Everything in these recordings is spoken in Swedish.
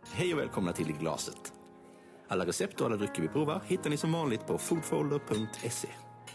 Hej och välkomna till I glaset. Alla recept och alla drycker vi provar hittar ni som vanligt på foodfolder.se.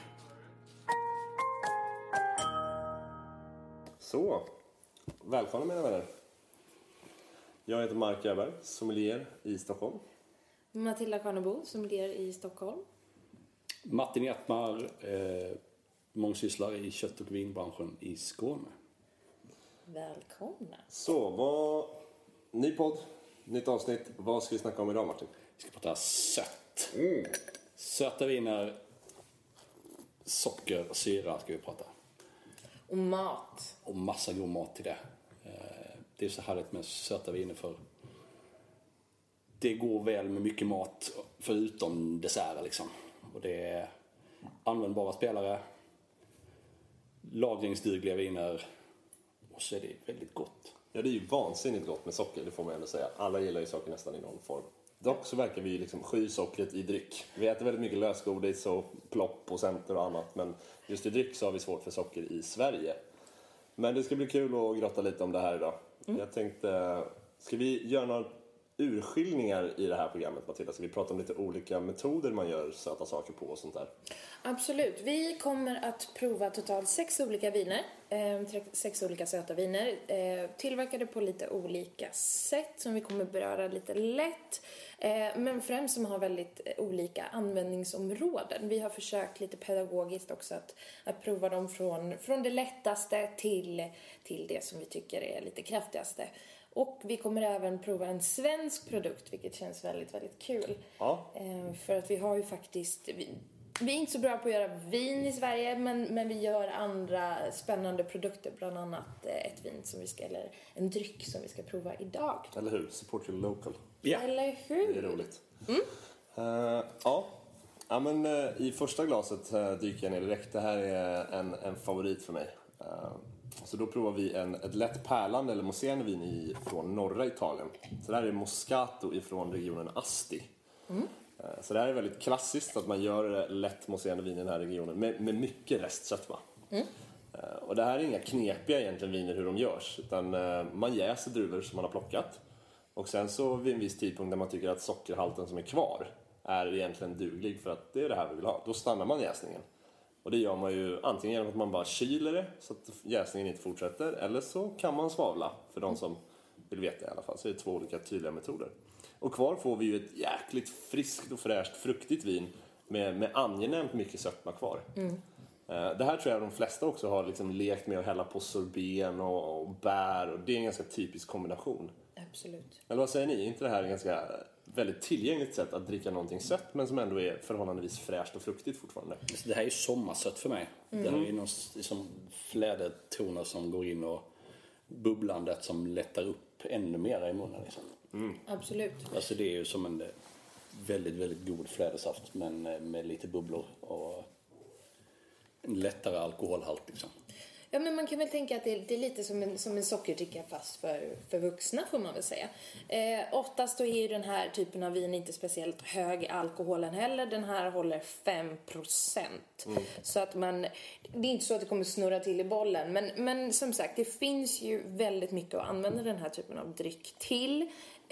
Så, välkomna mina vänner. Jag heter Mark Öberg, sommelier i Stockholm. Matilda Karnebo, sommelier i Stockholm. Martin Hjärtmar, mångsysslare i kött- och vinbranschen i Skåne. Välkomna. Så, ny podd, nytt avsnitt. Vad ska vi snacka om idag, Martin? Vi ska prata sött. Söta viner, socker och syra ska vi prata. Och mat. Och massa god mat till det. Det är så härligt med söta viner för det går väl med mycket mat förutom desserter liksom. Och det är användbara spelare, lagringsdugliga viner och så är det väldigt gott. Ja, det är ju vansinnigt gott med socker, det får man ändå säga. Alla gillar ju socker nästan i någon form. Dock så verkar vi ju liksom sky sockret i dryck. Vi äter väldigt mycket lösgodis och plopp och center och annat. Men just i dryck så har vi svårt för socker i Sverige. Men det ska bli kul att grotta lite om det här idag. Jag tänkte, ska vi göra några urskiljningar i det här programmet, Matilda? Så vi pratar om lite olika metoder man gör söta saker på och sånt där. Absolut. Vi kommer att prova totalt 6 olika viner. 6 olika söta viner. Tillverkade på lite olika sätt som vi kommer beröra lite lätt. Men främst som har väldigt olika användningsområden. Vi har försökt lite pedagogiskt också att prova dem från det lättaste till det som vi tycker är lite kraftigaste. Och vi kommer även prova en svensk produkt, vilket känns väldigt, väldigt kul. Ja. För att vi har ju faktiskt... Vi är inte så bra på att göra vin i Sverige, men vi gör andra spännande produkter. Bland annat ett vin eller en dryck som vi ska prova idag. Eller hur? Support your local. Ja. Eller hur? Det är roligt. Ja, men i första glaset dyker jag ner direkt. Det här är en favorit för mig. Så då provar vi ett lätt pärlande eller mousserande vin från norra Italien. Så det här är Moscato ifrån regionen Asti. Så det här är väldigt klassiskt att man gör lätt mousserande vin i den här regionen med mycket restsötma. Och det här är inga knepiga egentligen viner hur de görs, utan man jäser druvor som man har plockat. Och sen så vid en viss tidpunkt där man tycker att sockerhalten som är kvar är egentligen duglig för att det är det här vi vill ha, då stannar man jäsningen. Och det gör man ju antingen genom att man bara kyler det så att jäsningen inte fortsätter, eller så kan man svavla, för de som vill veta i alla fall. Så det är 2 olika tydliga metoder. Och kvar får vi ju ett jäkligt friskt och fräscht fruktigt vin med angenämt mycket sötma kvar. Det här tror jag de flesta också har liksom lekt med att hälla på sorbeten och bär, och det är en ganska typisk kombination. Absolut. Eller vad säger ni? Är inte det här en ganska väldigt tillgängligt sätt att dricka någonting sött men som ändå är förhållandevis fräscht och fruktigt fortfarande? Så det här är ju sommarsött för mig. Det är ju någon liksom flädertoner som går in och bubblandet som lättar upp ännu mer i munnen liksom. Absolut. Alltså det är ju som en väldigt, väldigt god flädersaft men med lite bubblor och en lättare alkoholhalt liksom. Ja, men man kan väl tänka att det är lite som en sockerdricka fast för vuxna, får man väl säga. Oftast då är ju den här typen av vin inte speciellt hög i alkoholen heller. Den här håller 5%. Så att det är inte så att det kommer snurra till i bollen. Men som sagt, det finns ju väldigt mycket att använda den här typen av dryck till.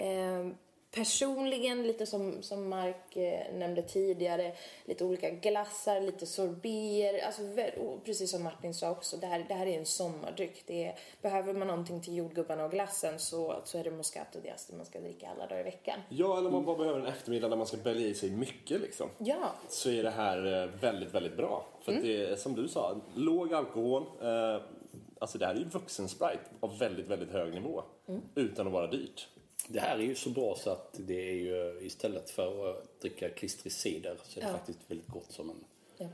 Personligen, lite som Mark nämnde tidigare, lite olika glassar, lite sorbeter, alltså precis som Martin sa också, det här är en sommardryck. Behöver man någonting till jordgubbarna och glassen så är det Moscato di Asti man ska dricka alla dagar i veckan. Ja, eller man bara behöver en eftermiddag där man ska bälja i sig mycket liksom. Ja. Så är det här väldigt, väldigt bra. För att det är, som du sa, låg alkohol. Alltså det här är ju vuxensprite av väldigt, väldigt hög nivå. Utan att vara dyrt. Det här är ju så bra så att det är ju istället för att dricka klistrig cider så är det faktiskt väldigt gott som en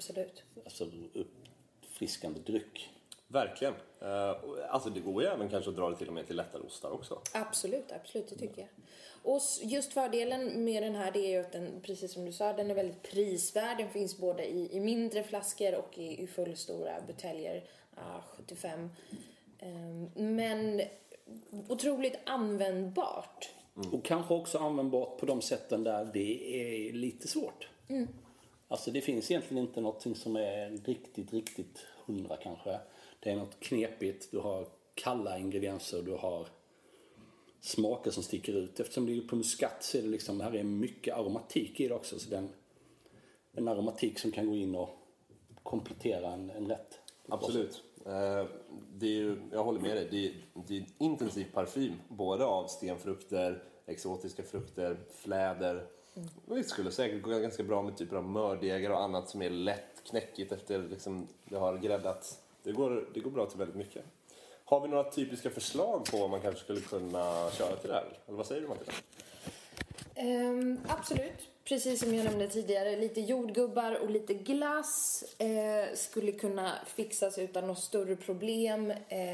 uppfriskande dryck. Verkligen. Alltså det går ju även kanske att dra det till och med till lättare ostar också. Absolut, det tycker jag. Och just fördelen med den här, det är ju att den, precis som du sa, den är väldigt prisvärd. Den finns både i mindre flaskor och i fullstora buteljer, 75. Men otroligt användbart. Och kanske också användbart på de sätten där det är lite svårt. Alltså det finns egentligen inte någonting som är riktigt 100 kanske. Det är något knepigt, du har kalla ingredienser, du har smaker som sticker ut. Eftersom det är på muskat så är det liksom, här är mycket aromatik i det också. Så en aromatik som kan gå in och komplettera en rätt. Absolut. Det är ju, jag håller med dig, det är intensiv parfym. Både av stenfrukter, exotiska frukter, fläder. Det skulle säkert gå ganska bra med typer av mördegar och annat som är lätt knäckigt efter liksom, det har gräddats. Det går bra till väldigt mycket. Har vi några typiska förslag på vad man kanske skulle kunna köra till det här? Eller vad säger du, Matilda? Absolut. Precis som jag nämnde tidigare, lite jordgubbar och lite glass skulle kunna fixas utan något större problem.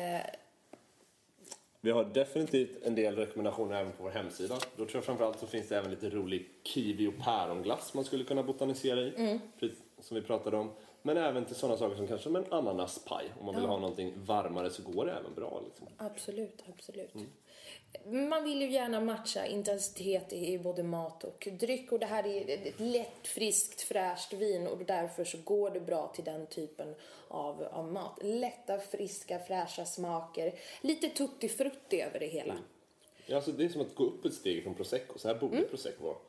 Vi har definitivt en del rekommendationer även på vår hemsida. Då tror jag framförallt så finns det även lite rolig kiwi- och päronglass man skulle kunna botanisera i. Precis som vi pratade om. Men även till sådana saker som kanske som en ananaspaj. Om man vill ha någonting varmare så går det även bra. Liksom. Absolut. Man vill ju gärna matcha intensitet i både mat och dryck. Och det här är ett lätt, friskt, fräscht vin. Och därför så går det bra till den typen av mat. Lätta, friska, fräscha smaker. Lite tutti-frutti över det hela. Ja, alltså det är som att gå upp ett steg från Prosecco. Så här borde Prosecco vara.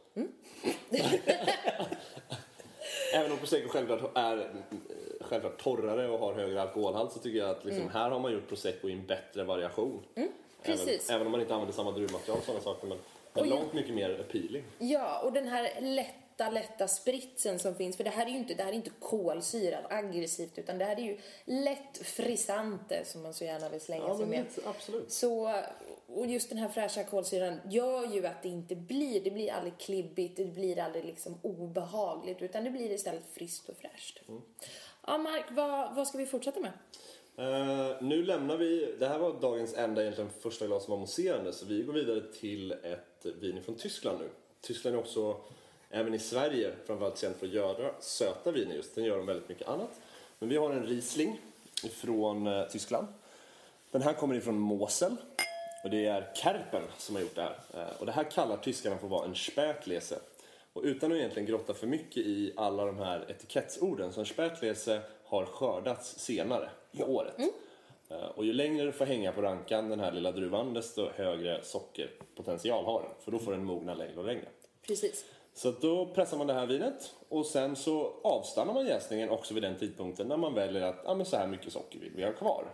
Även om Prosecco självklart torrare och har högre alkoholhalt så tycker jag att liksom, här har man gjort Prosecco i en bättre variation. Precis. Även om man inte använder samma druvmaterial och sådana saker. Men det är långt mycket mer appealing. Ja, och den här lätta spritsen som finns. För det här är inte kolsyrat, aggressivt. Utan det här är ju lätt frisante som man så gärna vill slänga sig med. Absolut. Så, och just den här fräscha kolsyran gör ju att det blir aldrig klibbigt. Det blir aldrig liksom obehagligt. Utan det blir istället friskt och fräscht. Ja, Mark, vad ska vi fortsätta med? Nu lämnar vi, det här var dagens enda egentligen första glas som var mousserande, så vi går vidare till ett vin från Tyskland nu. Tyskland är också, även i Sverige, framförallt känt för att göra söta viner just, den gör de väldigt mycket annat. Men vi har en Riesling från Tyskland. Den här kommer ifrån Mosel och det är Kerpen som har gjort det här. Och det här kallar tyskarna för att vara en Spätlese. Och utan att egentligen grotta för mycket i alla de här etikettsorden, så en Spätlese har skördats senare på året. Och ju längre du får hänga på rankan den här lilla druvan, desto högre sockerpotential har den. För då får den mogna längre och längre. Precis. Så då pressar man det här vinet och sen så avstannar man jäsningen också vid den tidpunkten när man väljer att men så här mycket socker vill vi ha kvar.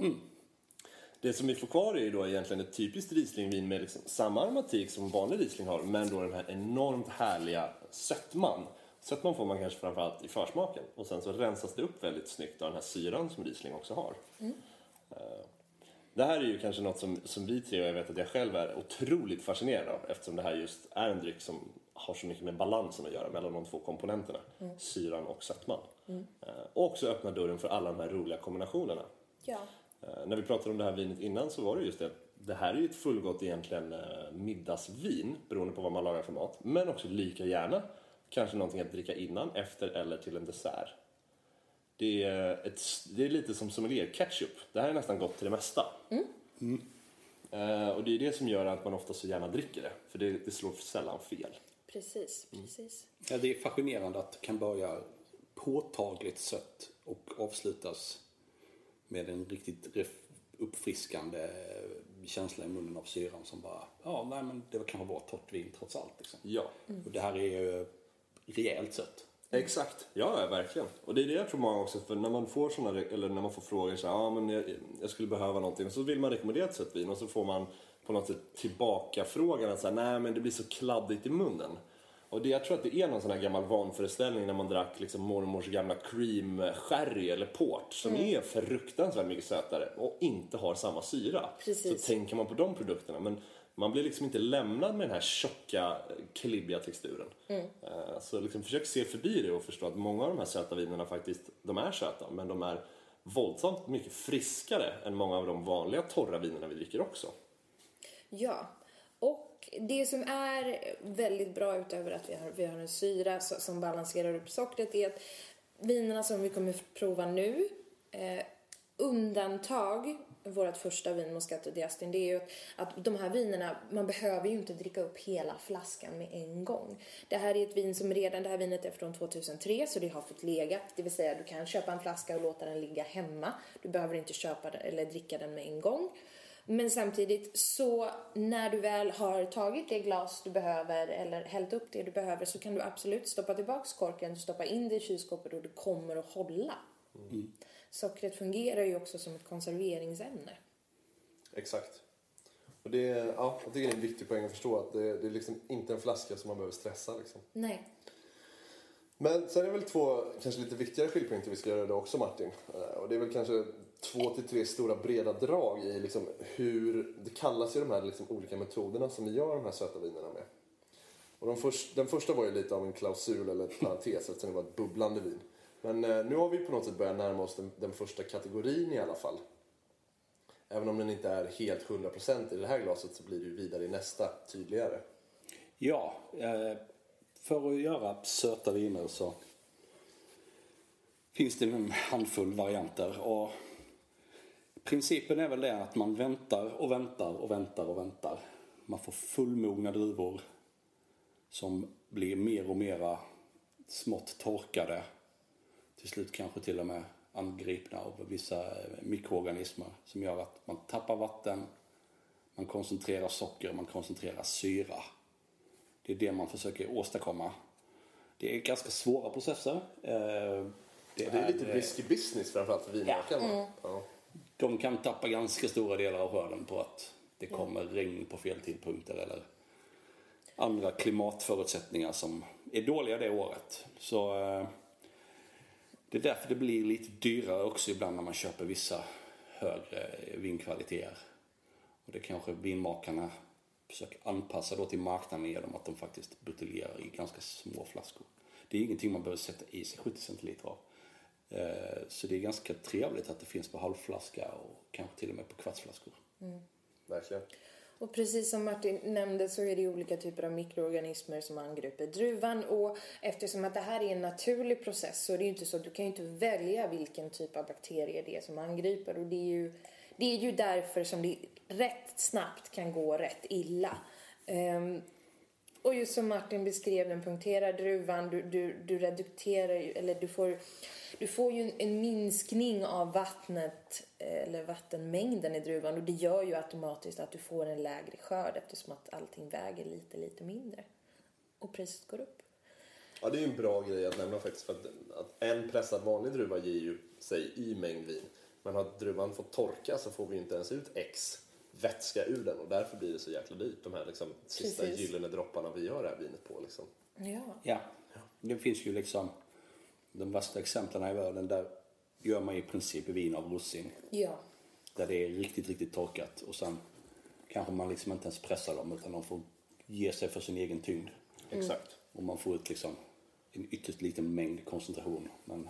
Det som vi får kvar är ju då egentligen ett typiskt Rieslingvin med liksom samma aromatik som vanlig Riesling har, men då den här enormt härliga sötman. Sötman får man kanske framförallt i försmaken och sen så rensas det upp väldigt snyggt av den här syran som Riesling också har. Det här är ju kanske något som vi tre, och jag vet att jag själv är otroligt fascinerad av, eftersom det här just är en dryck som har så mycket med balansen att göra mellan de två komponenterna, syran och sötman. Och också öppnar dörren för alla de här roliga kombinationerna. Ja. När vi pratade om det här vinet innan så var det just det. Det här är ju ett fullgott egentligen middagsvin beroende på vad man lagar för mat. Men också lika gärna kanske någonting att dricka innan, efter eller till en dessert. Det är lite som sommelier ketchup. Det här är nästan gott till det mesta. Och det är det som gör att man ofta så gärna dricker det. För det slår sällan fel. Precis. Ja, det är fascinerande att det kan börja påtagligt sött och avslutas med en riktigt uppfriskande känsla i munnen av syran som bara, men det kan vara torrt vin trots allt. Liksom. Ja. Och det här är ju rejält sött. Exakt, ja verkligen. Och det är det jag tror många också, för när man får såna, eller när man får frågor så här, men jag skulle behöva någonting, och så vill man rekommendera ett sött vin och så får man på något sätt tillbaka frågan att säga, nej men det blir så kladdigt i munnen. Och jag tror att det är någon sån här gammal vanföreställning när man drack liksom mormors gamla cream sherry eller port som är fruktansvärt mycket sötare och inte har samma syra. Precis. Så tänker man på de produkterna, men man blir liksom inte lämnad med den här tjocka, klibbiga texturen. Så liksom försök se förbi det och förstå att många av de här söta vinerna faktiskt, de är söta, men de är våldsamt mycket friskare än många av de vanliga torra vinerna vi dricker också. Ja, och det som är väldigt bra utöver att vi har en syra som balanserar upp sockret är att vinerna som vi kommer prova nu, undantag vårt första vin Moscato d'Asti, det är ju att de här vinerna, man behöver ju inte dricka upp hela flaskan med en gång. Det här är ett vin som det här vinet är från 2003, så det har fått legat, det vill säga du kan köpa en flaska och låta den ligga hemma. Du behöver inte köpa den eller dricka den med en gång. Men samtidigt så när du väl har tagit det glas du behöver eller hällt upp det du behöver så kan du absolut stoppa tillbaks korken, stoppa in det i kylskåpet och det kommer att hålla. Sockret fungerar ju också som ett konserveringsämne. Exakt. Och det, jag tycker det är en viktig poäng att förstå att det är liksom inte en flaska som man behöver stressa. Liksom. Nej. Men sen är det väl 2 kanske lite viktigare skilpunkter vi ska göra idag också, Martin. Och det är väl kanske 2 till 3 stora breda drag i liksom hur det kallas ju de här liksom olika metoderna som vi gör de här söta vinerna med. Och den första var ju lite av en klausul eller ett parentes eftersom det var ett bubblande vin. Men nu har vi på något sätt börjat närma oss den första kategorin i alla fall. Även om den inte är helt 100% i det här glaset så blir det ju vidare i nästa tydligare. Ja, för att göra söta viner så finns det en handfull varianter. Och principen är väl det att man väntar och väntar och väntar och väntar. Man får fullmogna druvor som blir mer och mera smått torkade. Till slut kanske till och med angripna av vissa mikroorganismer som gör att man tappar vatten, man koncentrerar socker, man koncentrerar syra. Det är det man försöker åstadkomma. Det är ganska svåra processer. Det är lite risky business framförallt för vinmakarna. Ja. De kan tappa ganska stora delar av skörden på att det kommer regn på fel tidpunkter eller andra klimatförutsättningar som är dåliga det året. Så det är därför det blir lite dyrare också ibland när man köper vissa högre vinkvaliteter. Och det kanske vinmakarna försöker anpassa då till marknaden genom att de faktiskt buteljerar i ganska små flaskor. Det är ingenting man behöver sätta i sig 70 centiliter av. Så det är ganska trevligt att det finns på halvflaska och kanske till och med på kvartsflaskor. Verkligen. Och precis som Martin nämnde så är det olika typer av mikroorganismer som angriper druvan. Och eftersom att det här är en naturlig process så är det ju inte så att du kan ju inte välja vilken typ av bakterier det är som angriper. Och det är ju därför som det rätt snabbt kan gå rätt illa. Och just som Martin beskrev, den punkterar druvan, du redukterar eller du får ju en minskning av vattnet eller vattenmängden i druvan och det gör ju automatiskt att du får en lägre skörd eftersom att allting väger lite mindre och priset går upp. Ja, det är ju en bra grej att nämna faktiskt för att en pressad vanlig druva ger ju sig i mängd vin. Men har druvan fått torka så får vi inte ens ut X vätska ur den och därför blir det så jäkla dyrt de här liksom sista gyllene dropparna vi gör det här vinet på liksom. Ja, det finns ju liksom de värsta exemplen i världen där gör man i princip vin av russin. Ja. Där det är riktigt torkat och sen kanske man liksom inte ens pressar dem utan de får ge sig för sin egen tyngd. Exakt. Och man får ut liksom en ytterst liten mängd koncentration men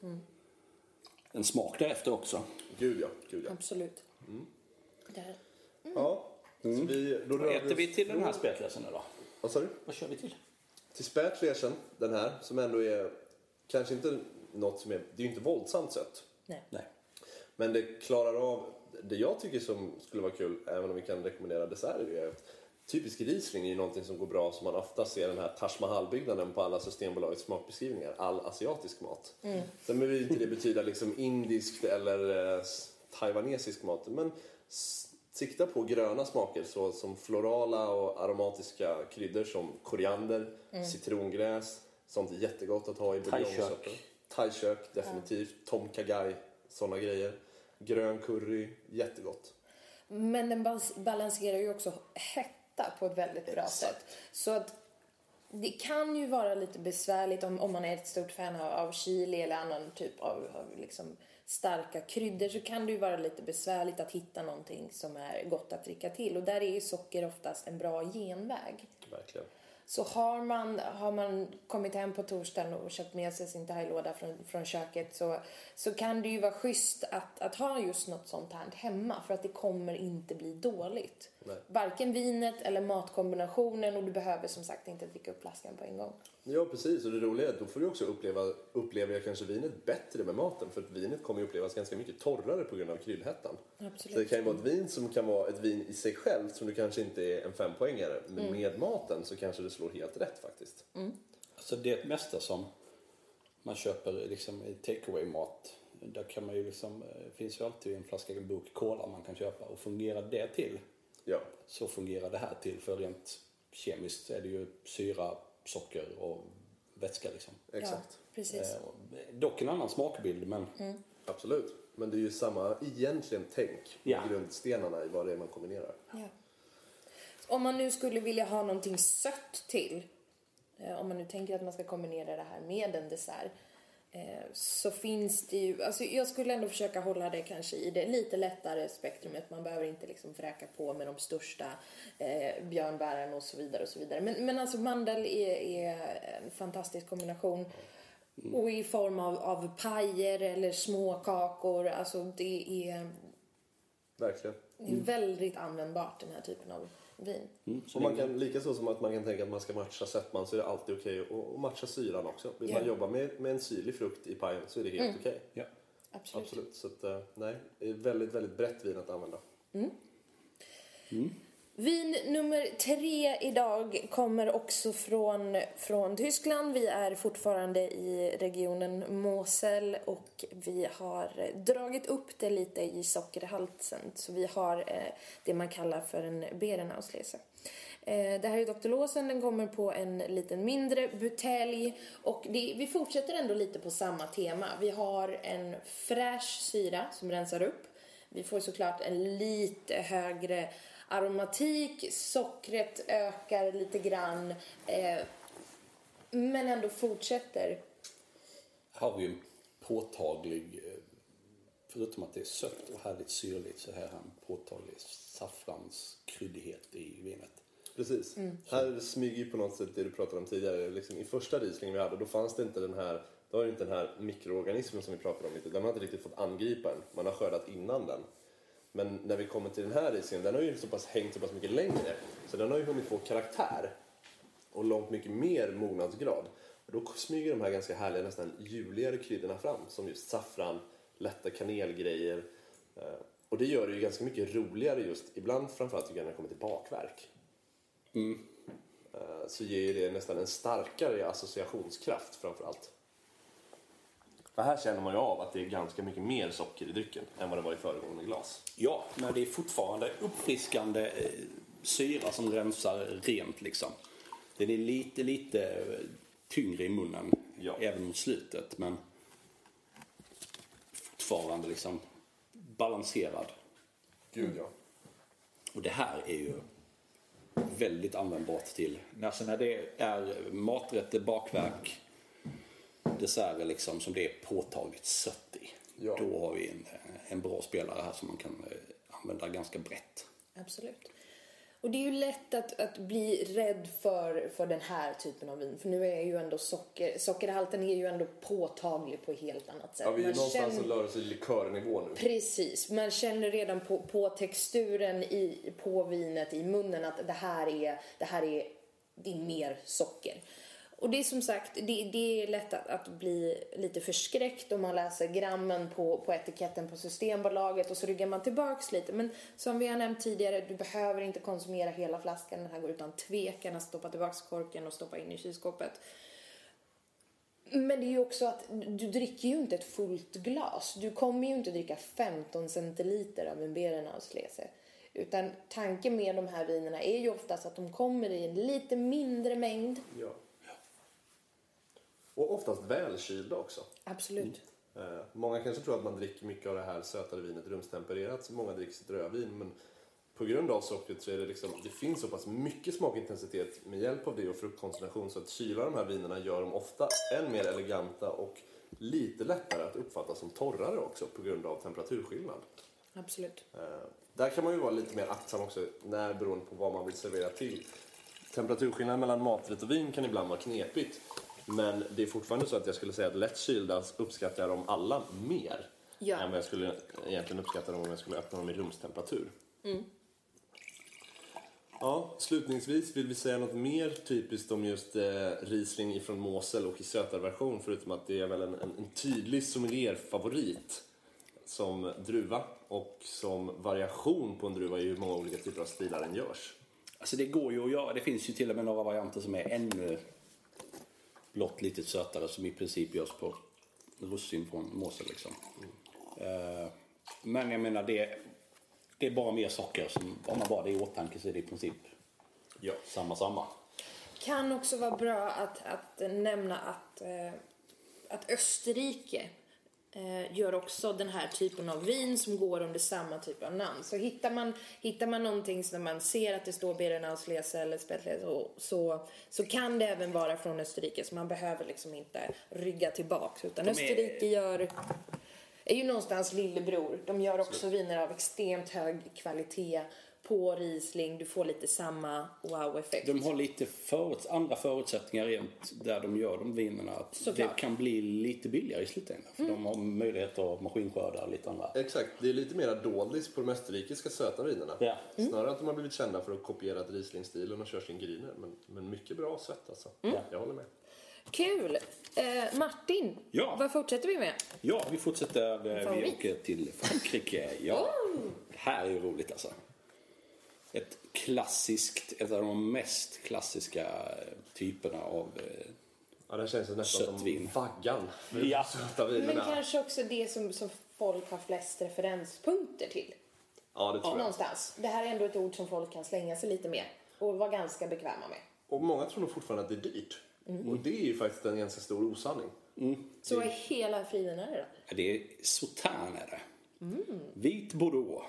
en smak därefter också. Gud ja. Absolut. Där. Ja. Så då Vad äter vi till den här spätlösen då? Vad sa du? Vad kör vi till? Till spätlösen, den här, som ändå är kanske inte något som är, det är ju inte våldsamt sött. Nej. Men det klarar av, det jag tycker som skulle vara kul, även om vi kan rekommendera desserter, är typisk Riesling är ju någonting som går bra som man ofta ser den här Taj Mahal-byggnaden på alla Systembolagets smakbeskrivningar, all asiatisk mat. Sen behöver inte det betyda liksom indiskt eller taiwanesisk mat, men sikta på gröna smaker så som florala och aromatiska kryddor som koriander, citrongräs, sånt är jättegott att ha i buljongsopper. Thaikök, definitivt. Tom kha gai, såna grejer. Grön curry, jättegott. Men den balanserar ju också hetta på ett väldigt bra sätt. Så att det kan ju vara lite besvärligt om man är ett stort fan av chili eller annan typ av liksom starka kryddor så kan det ju vara lite besvärligt att hitta någonting som är gott att dricka till. Och där är ju socker oftast en bra genväg. Verkligen. Så har man kommit hem på torsdagen och köpt med sig sin thailåda från köket så kan det ju vara schysst att ha just något sånt här hemma för att det kommer inte bli dåligt. Nej. Varken vinet eller matkombinationen och du behöver som sagt inte dricka upp flaskan på en gång. Ja, precis. Och det roliga är att då får du också uppleva kanske vinet bättre med maten. För att vinet kommer ju upplevas ganska mycket torrare på grund av kryddhettan. Absolut. Så det kan ju vara ett vin som kan vara ett vin i sig själv som du kanske inte är en 5-poängare. Men med maten så kanske det slår helt rätt faktiskt. Alltså det mesta som man köper liksom i takeaway mat där kan man ju liksom, finns ju alltid en flaska burk cola man kan köpa, och fungerar det till så fungerar det här till, för rent kemiskt är det ju syra, socker och vätska liksom. Exakt. Ja, precis. Dock en annan smakbild, men Absolut. Men det är ju samma egentligen tänk i grundstenarna i vad det är man kombinerar. Ja. Om man nu skulle vilja ha någonting sött till, om man nu tänker att man ska kombinera det här med en dessert, så finns det ju, alltså jag skulle ändå försöka hålla det kanske i det lite lättare spektrumet. Man behöver inte liksom fräka på med de största björnbären och så vidare och så vidare. Men alltså mandel är en fantastisk kombination. Och i form av pajer eller små kakor, alltså det är Verkligen. väldigt användbart, den här typen av vin. Och man kan, lika så som att man kan tänka att man ska matcha sötman, så är det alltid okej att matcha syran också. Vill man jobba med en syrlig frukt i pajen så är det helt okej. ja. Absolut. Så att, nej, det är väldigt, väldigt brett vin att använda. Vin nummer 3 idag kommer också från Tyskland. Vi är fortfarande i regionen Mosel och vi har dragit upp det lite i sockerhalten. Så vi har det man kallar för en Beerenauslese. Det här är Dr. Lawson, den kommer på en liten mindre butelj och vi fortsätter ändå lite på samma tema. Vi har en fräsch syra som rensar upp. Vi får såklart en lite högre aromatik, sockret ökar lite grann, men ändå fortsätter. Här har vi en påtaglig, förutom att det är sött och härligt syrligt, så här har en påtaglig saffranskryddighet i vinet. Precis. Här smyger ju på något sätt det du pratade om tidigare. Liksom, i första rislingen vi hade, då fanns det inte den här, då har inte den här mikroorganismen som vi pratade om lite. Den har inte riktigt fått angripa den. Man har skördat innan den. Men när vi kommer till den här rislingen, den har ju hängt så pass mycket längre. Så den har ju hunnit få karaktär. Och långt mycket mer mognadsgrad. Och då smyger de här ganska härliga, nästan juligare kryddorna fram. Som just saffran, lätta kanelgrejer. Och det gör det ju ganska mycket roligare just, ibland framförallt tycker jag när det kommer till bakverk. Så ger det nästan en starkare associationskraft framförallt. För här känner man ju av att det är ganska mycket mer socker i drycken än vad det var i föregående glas. Ja, men det är fortfarande uppfriskande syra som rensar rent liksom. Det är lite tyngre i munnen, även mot slutet, men fortfarande liksom balanserad. Gud ja. Och det här är ju väldigt användbart till, alltså när det är maträtter, bakverk, desserter liksom, som det är påtagligt sött i. Ja. Då har vi en bra spelare här som man kan använda ganska brett. Absolut. Och det är ju lätt att bli rädd för den här typen av vin. För nu är ju ändå sockerhalten är ju ändå påtaglig på ett helt annat sätt. Ja, vi är någonstans och rör oss i likörnivå nu. Precis, man känner redan på texturen på vinet i munnen att det här är mer socker. Och det är som sagt, det är lätt att bli lite förskräckt om man läser grammen på etiketten på Systembolaget och så ryggar man tillbaks lite. Men som vi har nämnt tidigare, du behöver inte konsumera hela flaskan. Den här går utan tvekan att stoppa tillbaks korken och stoppa in i kylskåpet. Men det är ju också att du dricker ju inte ett fullt glas. Du kommer ju inte dricka 15 centiliter av en Beerenauslese. Utan tanken med de här vinerna är ju oftast att de kommer i en lite mindre mängd. Ja. Och oftast välkylda också. Absolut. Många kanske tror att man dricker mycket av det här sötare vinet rumstempererat. Så många dricker sitt rödvin. Men på grund av sockret så är det liksom, det finns så pass mycket smakintensitet med hjälp av det och fruktkoncentration. Så att kyla de här vinerna gör dem ofta än mer eleganta och lite lättare att uppfatta som torrare också på grund av temperaturskillnad. Absolut. Där kan man ju vara lite mer aktsam också beroende på vad man vill servera till. Temperaturskillnad mellan maträtt och vin kan ibland vara knepigt. Men det är fortfarande så att jag skulle säga att lättkylda uppskattar jag dem alla mer än vad jag skulle egentligen uppskatta dem om jag skulle öppna dem i rumstemperatur. Ja, slutningsvis vill vi säga något mer typiskt om just Riesling ifrån Mosel och i sötare version, förutom att det är väl en tydlig sommelierfavorit som druva och som variation på en druva i hur många olika typer av stilar den görs. Alltså det går ju att göra, det finns ju till och med några varianter som är ännu blott lite sötare som i princip görs på russin från mossen liksom. Men jag menar det är bara mer socker. Som, om man bara det i åtanke så är det i princip samma. Kan också vara bra att nämna att Österrike gör också den här typen av vin som går under samma typ av namn. Så hittar man någonting som man ser att det står Beerenauslese eller Spätlese så kan det även vara från Österrike, så man behöver liksom inte rygga tillbaka, utan Österrike är ju någonstans lillebror. De gör också viner av extremt hög kvalitet på Riesling. Du får lite samma wow-effekt. De har lite andra förutsättningar rent där de gör de vinerna. Att det kan bli lite billigare i slutändan. För de har möjlighet att maskinskörda lite andra. Exakt, det är lite mer doldis på de österrikiska söta vinerna. Ja. Snarare att de har blivit kända för att kopiera Riesling-stilen och köra sin griner. Men mycket bra sött alltså. Jag håller med. Kul! Martin, vad fortsätter vi med? Ja, vi fortsätter. Vi åker till Frankrike. Ja, här är ju roligt alltså. Ett av de mest klassiska typerna av det känns ju nästan sötvin. Som vaggan. Ja. Men kanske också det som folk har flest referenspunkter till. Ja, det tror jag. Någonstans. Det här är ändå ett ord som folk kan slänga sig lite med och vara ganska bekväma med. Och många tror nog fortfarande att det är dyrt. Och det är ju faktiskt en ganska stor osanning. Så är hela friden är det då? Det är Sauternes är det. Vit Bordeaux.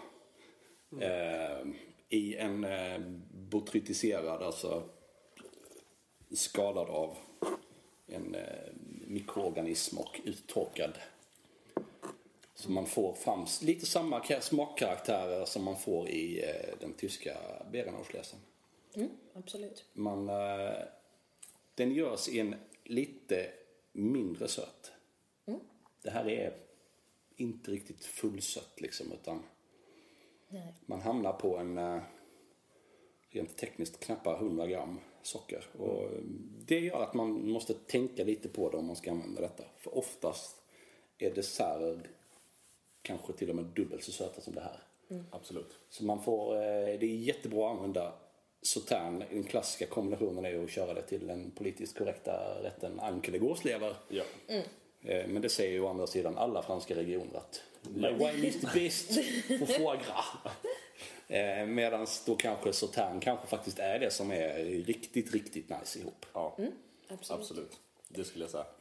I en botrytiserad, alltså skadad av en mikroorganism och uttorkad. Så man får fram lite samma smakkaraktärer som man får i den tyska Beerenauslesen. Absolut. Den görs i en lite mindre sött. Det här är inte riktigt fullsött liksom, utan man hamnar på en rent tekniskt knappt 100 gram socker. Och det gör att man måste tänka lite på det om man ska använda detta. För oftast är desserter kanske till och med dubbelt så söta som det här. Absolut. Så man får, det är jättebra att använda Sauternes. Den klassiska kombinationen är att köra det till den politiskt korrekta rätten ankel gåslever. Ja. Men det säger ju å andra sidan alla franska regioner att wine is the best på foie gras. Medan då kanske Sauternes kanske faktiskt är det som är riktigt, riktigt nice ihop. Ja, Absolut. det skulle jag säga.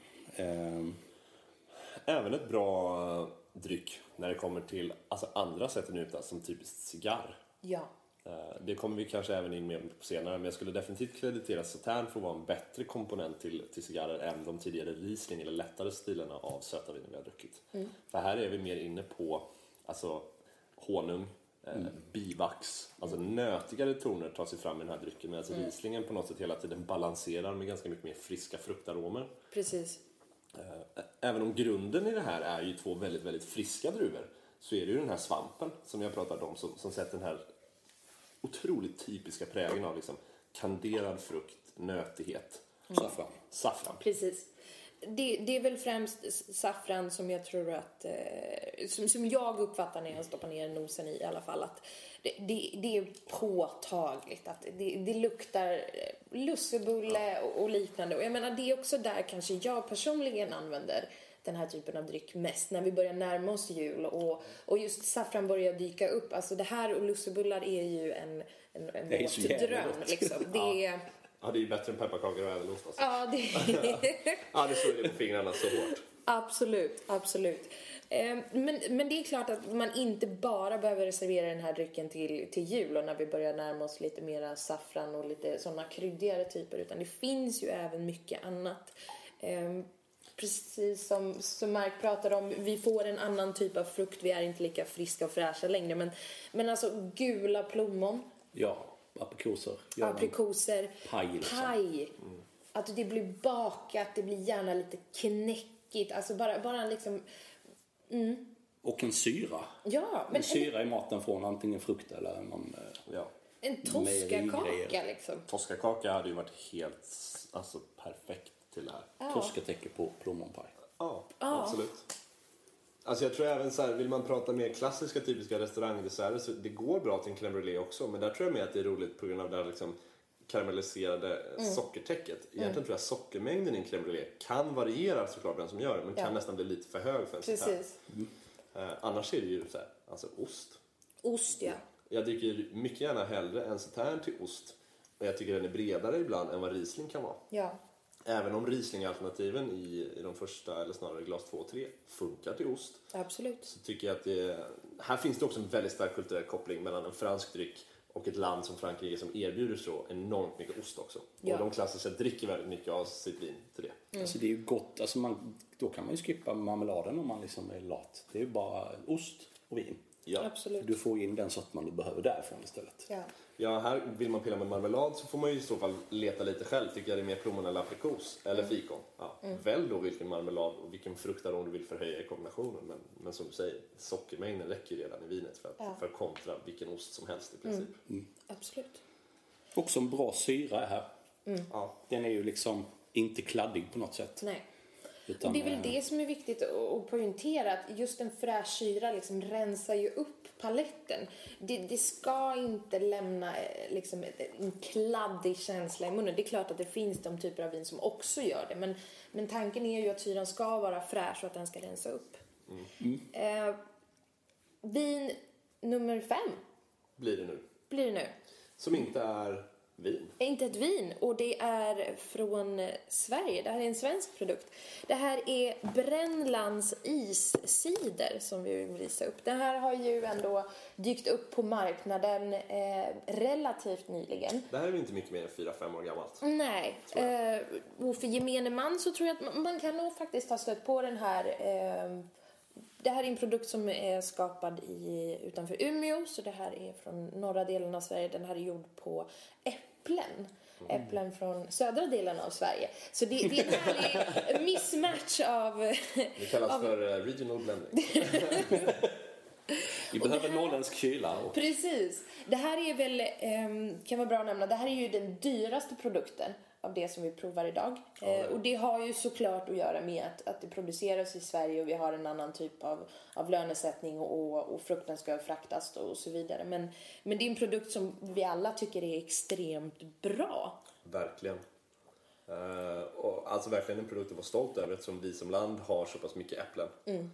Även ett bra dryck när det kommer till andra sätt att njuta, som typiskt cigarr. Ja. Det kommer vi kanske även in med på senare, men jag skulle definitivt kreditera Sauternes för att vara en bättre komponent till cigarrer än de tidigare Riesling eller lättare stilarna av söta viner vi har druckit. För här är vi mer inne på honung, bivax, nötigare toner tar sig fram i den här drycken, medan Rieslingen på något sätt hela tiden balanserar med ganska mycket mer friska fruktaromer. Precis. Även om grunden i det här är ju två väldigt, väldigt friska druvor, så är det ju den här svampen som jag pratat om som sätter den här otroligt typiska prägen av liksom kanderad frukt, nötighet. Saffran. Precis. Det är väl främst saffran som jag tror att som jag uppfattar när jag stoppar ner nosen i alla fall, att det är påtagligt att det luktar lussebulle och liknande. Och jag menar, det är också där kanske jag personligen använder den här typen av dryck mest, när vi börjar närma oss jul och just saffran börjar dyka upp. Alltså det här och lussebullar är ju en dröm liksom. Det är... Ja, det är ju bättre än pepparkakor och ädelost alltså. Ja, det slår ju på fingrarna så hårt. Absolut. Men det är klart att man inte bara behöver reservera den här drycken till jul och när vi börjar närma oss lite mera saffran och lite sådana kryddigare typer, utan det finns ju även mycket annat. Precis som Mark pratade om, vi får en annan typ av frukt, vi är inte lika friska och fräscha längre, men alltså gula plommon. Ja, aprikoser. Paj. Liksom. Att det blir bakat, det blir gärna lite knäckigt, alltså bara liksom... Och en syra. Ja, men en syra i maten från antingen frukt eller någon... En toskakaka liksom. Toskakaka hade ju varit helt perfekt till det här. Toskatäcke på plommonpaj. Ja, absolut. Alltså jag tror även så här, vill man prata mer klassiska typiska restaurangdesserter, så det går bra till en crème brûlée också, men där tror jag mer att det är roligt på grund av där liksom karamelliserade sockertäcket. Egentligen tror jag sockermängden i en crème brûlée kan variera såklart den som gör det, men kan nästan bli lite för hög för en Precis. Annars är det ju så här, alltså ost. Ost, ja. Jag dricker mycket gärna hellre en sautern till ost. Och jag tycker den är bredare ibland än vad Riesling kan vara. Ja. Även om Riesling-alternativen i de första, eller snarare glas 2 och 3, funkar till ost. Absolut. Så tycker jag att här finns det också en väldigt stark kulturell koppling mellan en fransk dryck och ett land som Frankrike som erbjuder så enormt mycket ost också. Ja. Och de klassiskt sett dricker väldigt mycket av sitt vin till det. Alltså det är ju gott. Alltså då kan man ju skippa marmeladen om man liksom är lat. Det är ju bara ost och vin. Ja. Absolut. Du får in den sort man du behöver därifrån istället. Ja. Ja, här vill man pilla med marmelad så får man ju i så fall leta lite själv. Tycker jag det är mer plommon eller aprikos eller fikon. Ja. Välj då vilken marmelad och vilken fruktarom du vill förhöja i kombinationen. Men som du säger, sockermängden räcker redan i vinet för att kontra vilken ost som helst i princip. Absolut. Också en bra syra här. Ja. Den är ju liksom inte kladdig på något sätt. Nej. Utan, Och det är väl det som är viktigt att poängtera, att just en fräsch syra liksom rensar ju upp paletten. Det ska inte lämna liksom en kladdig känsla i munnen. Det är klart att det finns de typer av vin som också gör det, men tanken är ju att syran ska vara fräsch och att den ska rensa upp. Vin nummer 5 Blir det nu. Som inte är vin. Inte ett vin, och det är från Sverige. Det här är en svensk produkt. Det här är Brännlands iscider som vi vill visa upp. Det här har ju ändå dykt upp på marknaden relativt nyligen. Det här är väl inte mycket mer än 4-5 år gammalt. Nej, och för gemene man så tror jag att man kan nog faktiskt ha stött på den här. Det här är en produkt som är skapad utanför Umeå, så det här är från norra delen av Sverige. Den här är gjord på äpplen. Äpplen från södra delen av Sverige. Så det är en härlig mismatch av... Det kallas för regional blending. Vi behöver norrländsk kyla. Precis. Det här är väl, kan vara bra att nämna, det här är ju den dyraste produkten av det som vi provar idag. Och det har ju såklart att göra med att det produceras i Sverige och vi har en annan typ av lönesättning och frukten ska fraktas och så vidare. Men det är en produkt som vi alla tycker är extremt bra. Verkligen. Och alltså verkligen en produkt att vara stolt över eftersom vi som land har så pass mycket äpplen.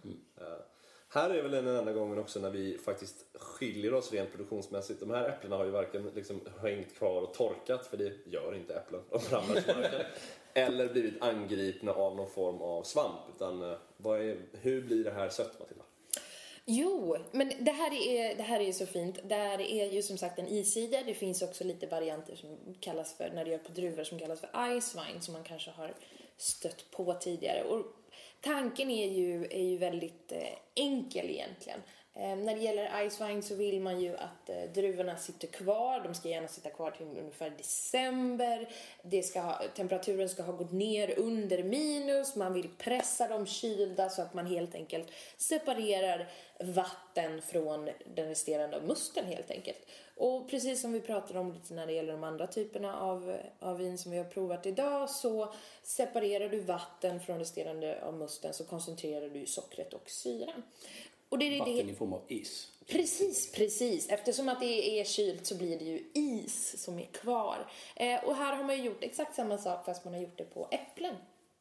Här är väl den enda gången också när vi faktiskt skiljer oss rent produktionsmässigt. De här äpplena har ju varken liksom hängt kvar och torkat, för det gör inte äpplen, de ramlar på marken, eller blivit angripna av någon form av svamp. Utan hur blir det här sött, Matilda? Jo, men det här är ju så fint. Det här är ju som sagt en iscider. Det finns också lite varianter som kallas för, när det gör på druvor, som kallas för ice wine, som man kanske har stött på tidigare. Och tanken är ju väldigt enkel egentligen. När det gäller ice wine så vill man ju att druvorna sitter kvar. De ska gärna sitta kvar till ungefär december. Temperaturen ska ha gått ner under minus. Man vill pressa dem kylda så att man helt enkelt separerar vatten från den resterande av musten helt enkelt. Och precis som vi pratade om lite när det gäller de andra typerna av vin som vi har provat idag, så separerar du vatten från resterande av musten, så koncentrerar du sockret och syran. Och Vatten i form av is. Precis. Eftersom att det är kylt så blir det ju is som är kvar. Och här har man ju gjort exakt samma sak fast man har gjort det på äpplen.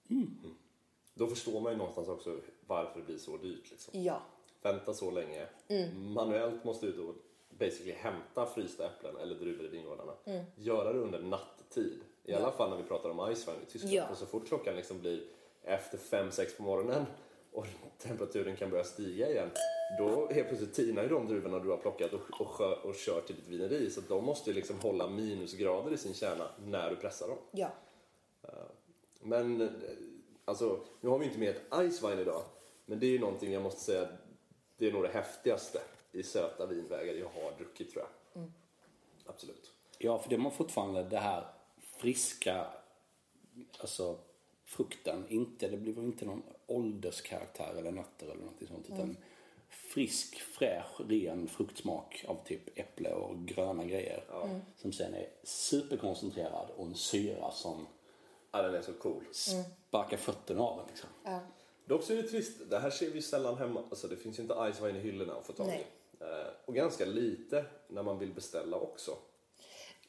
Då förstår man ju någonstans också varför det blir så dyrt. Liksom. Ja. Vänta så länge. Manuellt måste du då basically hämta frysta äpplen eller druvor i vingårdarna. Göra det under nattetid. I alla fall när vi pratar om ice wine i Tyskland. Ja. Och så fort klockan liksom blir efter 5-6 på morgonen och temperaturen kan börja stiga igen, då helt plötsligt tinar ju de druvorna du har plockat och kört till ditt vineri. Så de måste ju liksom hålla minusgrader i sin kärna när du pressar dem. Ja. Men alltså, nu har vi inte med ett ice wine idag, men det är ju någonting jag måste säga, det är nog det häftigaste i söta vinvägar jag har druckit, tror jag. Absolut. Ja, för det var fortfarande det här friska, alltså frukten, det blir inte någon ålderskaraktär eller nötter eller något sånt, utan frisk, fräsch, ren fruktsmak av typ äpple och gröna grejer som sen är superkoncentrerad och en syra som Den är så cool. sparkar fötterna av den liksom. Ja. Dock så är det trist, det här ser vi sällan hemma. Alltså, det finns ju inte ice wine i hyllorna att få tag i. Och ganska lite när man vill beställa också.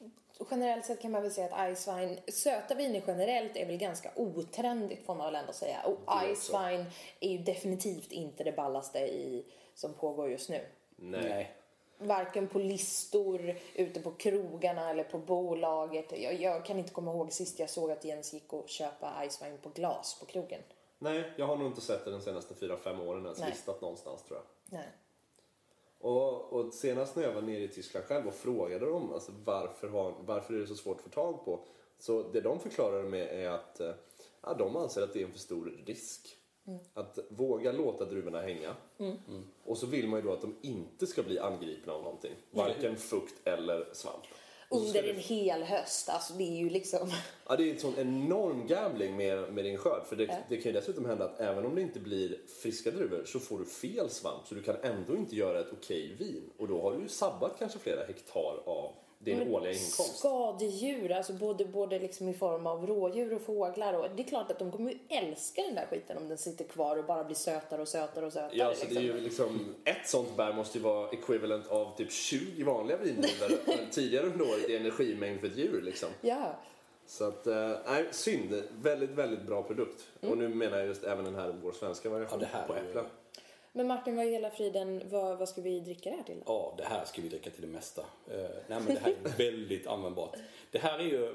generellt sett kan man väl säga att Icewine, söta viner generellt är väl ganska otrendigt får man väl ändå säga. Och Icewine är ju definitivt inte det ballaste som pågår just nu. Nej. Varken på listor, ute på krogarna eller på bolaget. Jag kan inte komma ihåg sist jag såg att Jens gick och köpa Icewine på glas på krogen. Nej, jag har nog inte sett det de senaste 4-5 åren ens listat någonstans tror jag. Nej. Och senast när jag var nere i Tyskland själv och frågade dem alltså varför är det så svårt att få tag på. Så det de förklarar med är att de anser att det är en för stor risk. Att våga låta druvorna hänga. Och så vill man ju då att de inte ska bli angripna av någonting. Varken fukt eller svamp. Under en hel höst, alltså det är ju liksom... Ja, det är en sån enorm gambling med din skörd. För det kan ju dessutom hända att även om det inte blir friska druvor så får du fel svamp. Så du kan ändå inte göra ett okej vin. Och då har du ju sabbat kanske flera hektar av din årliga inkomst. Skadedjur, alltså både liksom i form av rådjur och fåglar. Och det är klart att de kommer ju älska den där skiten om den sitter kvar och bara blir sötare och sötare och sötare. Ja, så det är ju liksom, ett sånt bär måste ju vara equivalent av typ 20 vanliga vindruvor tidigare under året i energimängd för ett djur liksom. Ja. Så att, synd. Väldigt, väldigt bra produkt. Och nu menar jag just även den här vår svenska variation på äpplen. Men Martin, vad i hela friden, vad ska vi dricka det här till? Ja, det här ska vi dricka till det mesta. Nej, men det här är väldigt användbart. Det här är ju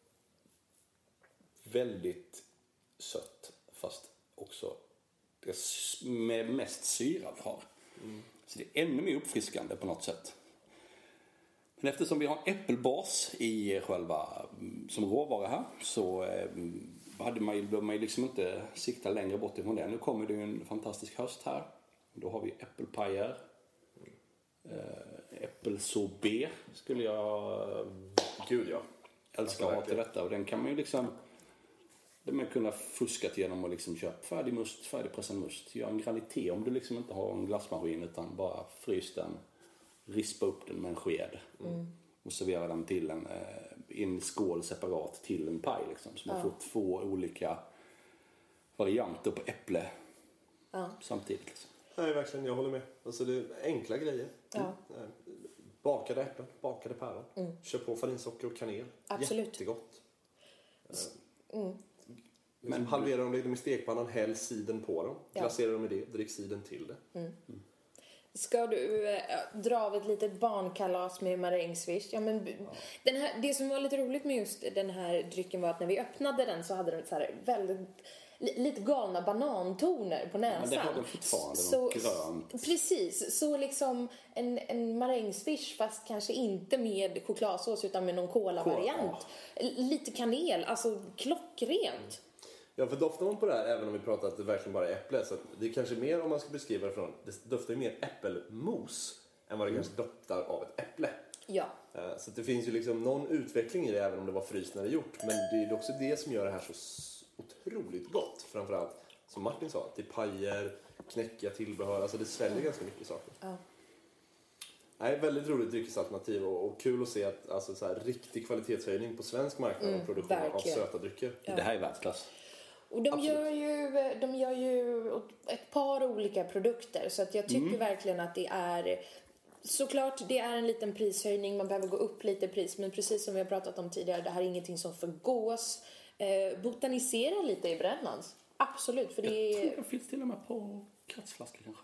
väldigt sött, fast också det med mest syra vi har. Så det är ännu mer uppfriskande på något sätt. Men eftersom vi har en äppelbas i själva som råvara här så behöver man liksom inte sikta längre bort ifrån det. Nu kommer det ju en fantastisk höst här. Då har vi äppelpajer. Äppelsorbet skulle jag älska att ha till detta. Och den kan man ju liksom kunna fuska genom att liksom köpa färdigpressad must. Gör en granité om du liksom inte har en glassmaskin utan bara frys den. Rispa upp den med en sked. Och servera den till en skål separat till en paj liksom. Så man får 2 olika varianter på äpple samtidigt liksom. Nej, verkligen, jag håller med. Alltså det är enkla grejer. Bakade äpplen, bakade päron. Kör på farinsocker och kanel. Absolut. Jättegott. Men halvera dem, lägg dem i stekpannan, häll siden på dem. Glasera dem i det, drick siden till det. Ska du dra av ett litet barnkalas med marängsviss? Ja, men det som var lite roligt med just den här drycken var att när vi öppnade den så hade den så här väldigt lite galna banantoner på näsan. Men det har den fortfarande, grönt. Precis, så liksom en marängsviss fast kanske inte med chokladsås utan med någon cola-variant. Lite kanel, alltså klockrent. Ja, för doftar man på det här, även om vi pratar att det verkligen bara är äpple, så att det är kanske mer, om man ska beskriva det från, det doftar ju mer äppelmos än vad det kanske doftar av ett äpple. Ja. Så att det finns ju liksom någon utveckling i det, även om det var fryst när det är gjort. Men det är ju också det som gör det här så otroligt gott. Framförallt, som Martin sa, till pajer, knäckiga tillbehör, alltså det sväljer ganska mycket saker. Ja. Nej, väldigt roligt dryckesalternativ och kul att se att alltså, så här, riktig kvalitetshöjning på svensk marknad och produktion av söta drycker. Det här är världsklass. Och de gör ju ett par olika produkter så att jag tycker verkligen att det är såklart det är en liten prishöjning, man behöver gå upp lite pris, men precis som vi har pratat om tidigare, det här är ingenting som förgås. Botanisera lite i Brännmans. Absolut, för Jag tror det finns till och med på kvartsflaskor kanske.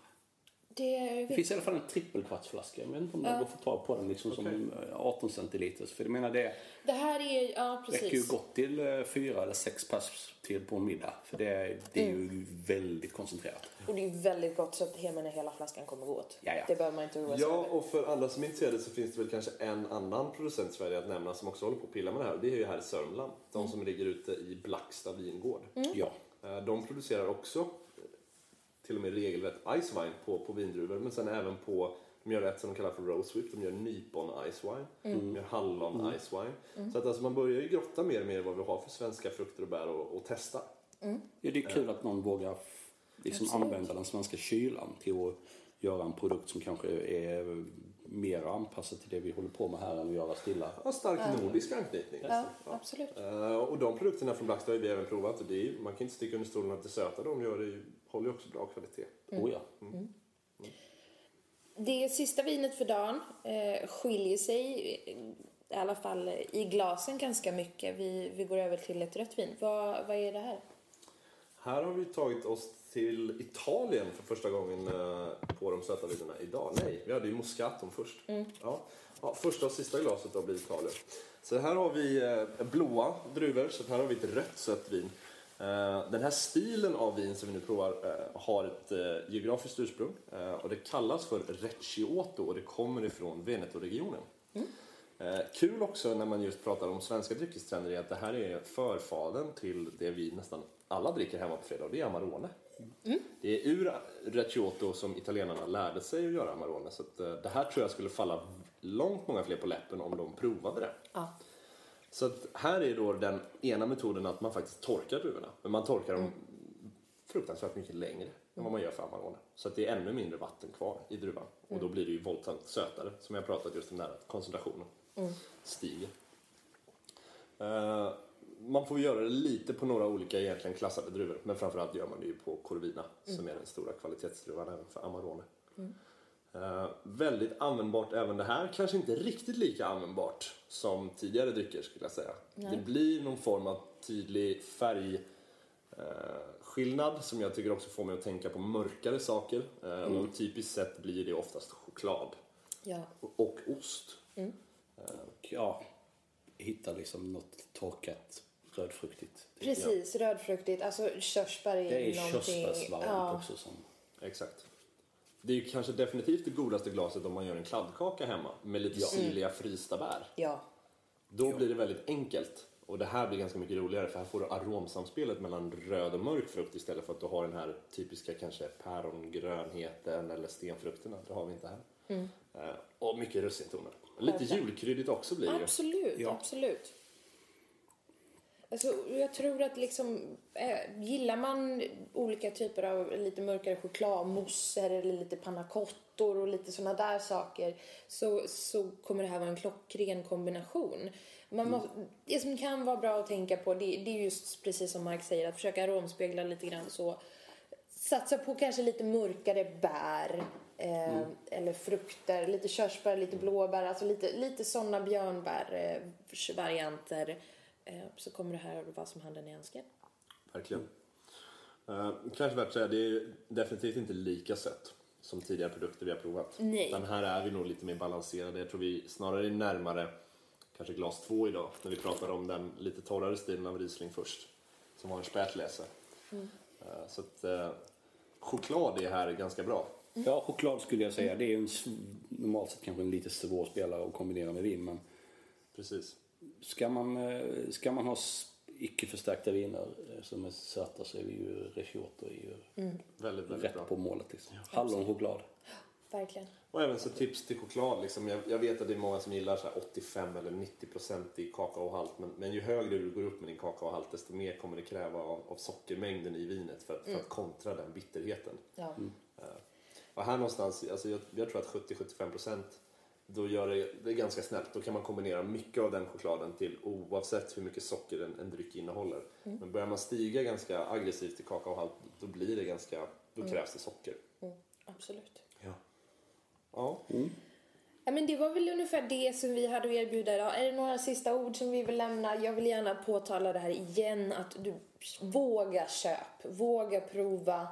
Det finns i alla fall en trippelkvartsflaska. Jag vet inte om man går för tag på den liksom som 18 centiliter. För jag menar det här är, ja precis. räcker ju gott till 4 eller 6 pass till på en middag. För det är ju väldigt koncentrerat. Och det är väldigt gott så att hela flaskan kommer gå åt. Ja. Det behöver man inte oroa sig Ja, över. och för alla som är intresserade så finns det väl kanske en annan producent i Sverige att nämna som också håller på att pilla med det här. Det är ju här i Sörmland. De som ligger ute i Blacksta vingård. Ja. De producerar också till och med regelrätt Icewine på vindruvor, men sen även på, de gör ett som de kallar för Rose Whip, de gör Nypon Icewine, de gör Hallon Icewine. Så att alltså man börjar ju grotta mer och mer vad vi har för svenska frukter och bär och testa. Ja, det är kul att någon vågar liksom använda den svenska kylan till att göra en produkt som kanske är mer anpassad till det vi håller på med här än att göra stilla. Ja, stark nordisk anknytning. Ja, absolut. Och de produkterna från Blacksta har vi även provat. Och det är, man kan inte sticka under stolen att det söta de gör, det håller ju också bra kvalitet. Det sista vinet för dagen skiljer sig i alla fall i glasen ganska mycket. Vi går över till ett rött vin. Vad är det här? Här har vi tagit oss till Italien för första gången på de söta vinerna idag. Nej, vi hade ju Moscaton först. Ja, första och sista glaset då blir Italien. Så här har vi blåa druvor, så här har vi ett rött sött vin. Den här stilen av vin som vi nu provar har ett geografiskt ursprung. Och det kallas för Recioto och det kommer ifrån Veneto-regionen. Kul också när man just pratar om svenska dryckestrender är att det här är förfaden till det vi nästan alla dricker hemma på fredag, och det är Amarone. Det är ur Recioto som italienarna lärde sig att göra Amarone, så att, det här tror jag skulle falla långt många fler på läppen om de provade det. Ja. Så att här är då den ena metoden att man faktiskt torkar druvorna, men man torkar dem fruktansvärt mycket längre än vad man gör för Amarone. Så att det är ännu mindre vatten kvar i druvan, och då blir det ju våldsamt sötare, som jag pratat just om där, att koncentrationen stiger. Man får göra det lite på några olika egentligen klassade druvor, men framförallt gör man det ju på Corvina som är den stora kvalitetsdruvan även för Amarone. Väldigt användbart även det här, kanske inte riktigt lika användbart som tidigare drycker skulle jag säga. Det blir någon form av tydlig färgskillnad som jag tycker också får mig att tänka på mörkare saker. Och typiskt sett blir det oftast choklad och ost. Ja, hitta liksom något torkat rödfruktigt. Precis, rödfruktigt. Alltså körsbär är det är någonting. körsbärsvariant också som... Exakt. Det är ju kanske definitivt det godaste glaset om man gör en kladdkaka hemma med lite syrliga frysta bär. Ja. Då blir det väldigt enkelt. Och det här blir ganska mycket roligare, för här får du aromsamspelet mellan röd och mörk frukt istället för att du har den här typiska kanske pärongrönheten eller stenfrukterna. Det har vi inte här. Och mycket russintoner. Lite julkryddigt också blir det. Absolut, absolut. Alltså, jag tror att liksom, gillar man olika typer av lite mörkare chokladmousser eller lite pannacottor och lite såna där saker, så kommer det här vara en klockren kombination. Det som kan vara bra att tänka på, det är just precis som Mark säger, att försöka aromspegla lite grann så. Satsa på kanske lite mörkare bär eller frukter, lite körsbär, lite blåbär, alltså lite såna björnbär-varianter. Så kommer det här att vara som handen i handsken. Verkligen. Kanske värt att säga, det är definitivt inte lika sött som tidigare produkter vi har provat. Nej. Den här är vi nog lite mer balanserade. Jag tror vi snarare är närmare kanske glas 2 idag, när vi pratar om den lite torrare stilen av Riesling först, som har en spätläse. Så att choklad är här ganska bra. Ja, choklad skulle jag säga. Det är ju normalt sett kanske en lite svår spelare att kombinera med vin, men Precis. ska man ha icke förstärkta viner som är söta, så är vi ju Recioto är ju Väldigt, väldigt rätt bra. på målet liksom. Hallonchoklad. Verkligen. Och även så tips till choklad. Liksom. Jag vet att det är många som gillar så här 85 eller 90% i kakaohalt. Men ju högre du går upp med din kakaohalt, desto mer kommer det kräva av sockermängden i vinet för att kontra den bitterheten. Ja. Och här någonstans, alltså jag tror att 70-75%, då gör det ganska snällt. Då kan man kombinera mycket av den chokladen till oavsett hur mycket socker en dryck innehåller. Men börjar man stiga ganska aggressivt i kakaohalt, då blir det då krävs det socker. Absolut. Ja. Ja, men det var väl ungefär det som vi hade att erbjuda idag. Är det några sista ord som vi vill lämna? Jag vill gärna påtala det här igen, att du våga våga prova.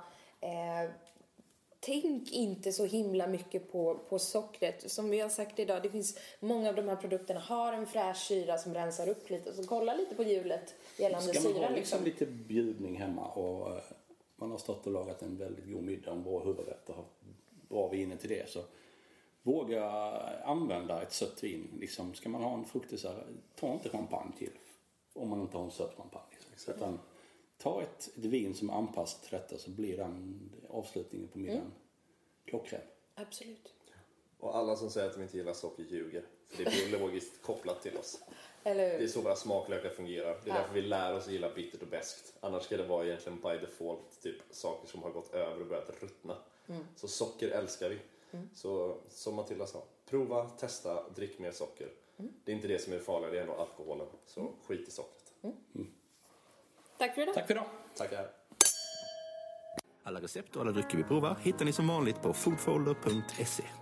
Tänk inte så himla mycket på sockret. Som vi har sagt idag, det finns många av de här produkterna har en fräsch syra som rensar upp lite. Så kolla lite på hjulet gällande syra. Ska man ha liksom lite bjudning hemma och man har stått och lagat en väldigt god middag, en bra huvudrätt och har bra vin till det, så våga använda ett sött vin. Liksom, ska man ha en fruktisare, ta inte champagne till om man inte har en sött champagne. Liksom. Utan ta ett vin som är anpassat till detta, så blir den avslutningen på middagen klockren. Absolut. Och alla som säger att de inte gillar socker ljuger. För det är biologiskt kopplat till oss. Eller Det är så våra smaklökar fungerar. Det är därför vi lär oss att gilla bittert och beskt. Annars ska det vara egentligen by default typ saker som har gått över och börjat ruttna. Så socker älskar vi. Så som Matilda sa, prova, testa, drick mer socker. Det är inte det som är farligt, det är ändå alkoholen. Så skit i sockret. tack för idag. Tack för idag. Tackar. Alla recept och alla drycker vi provar hittar ni som vanligt på foodfolder.se.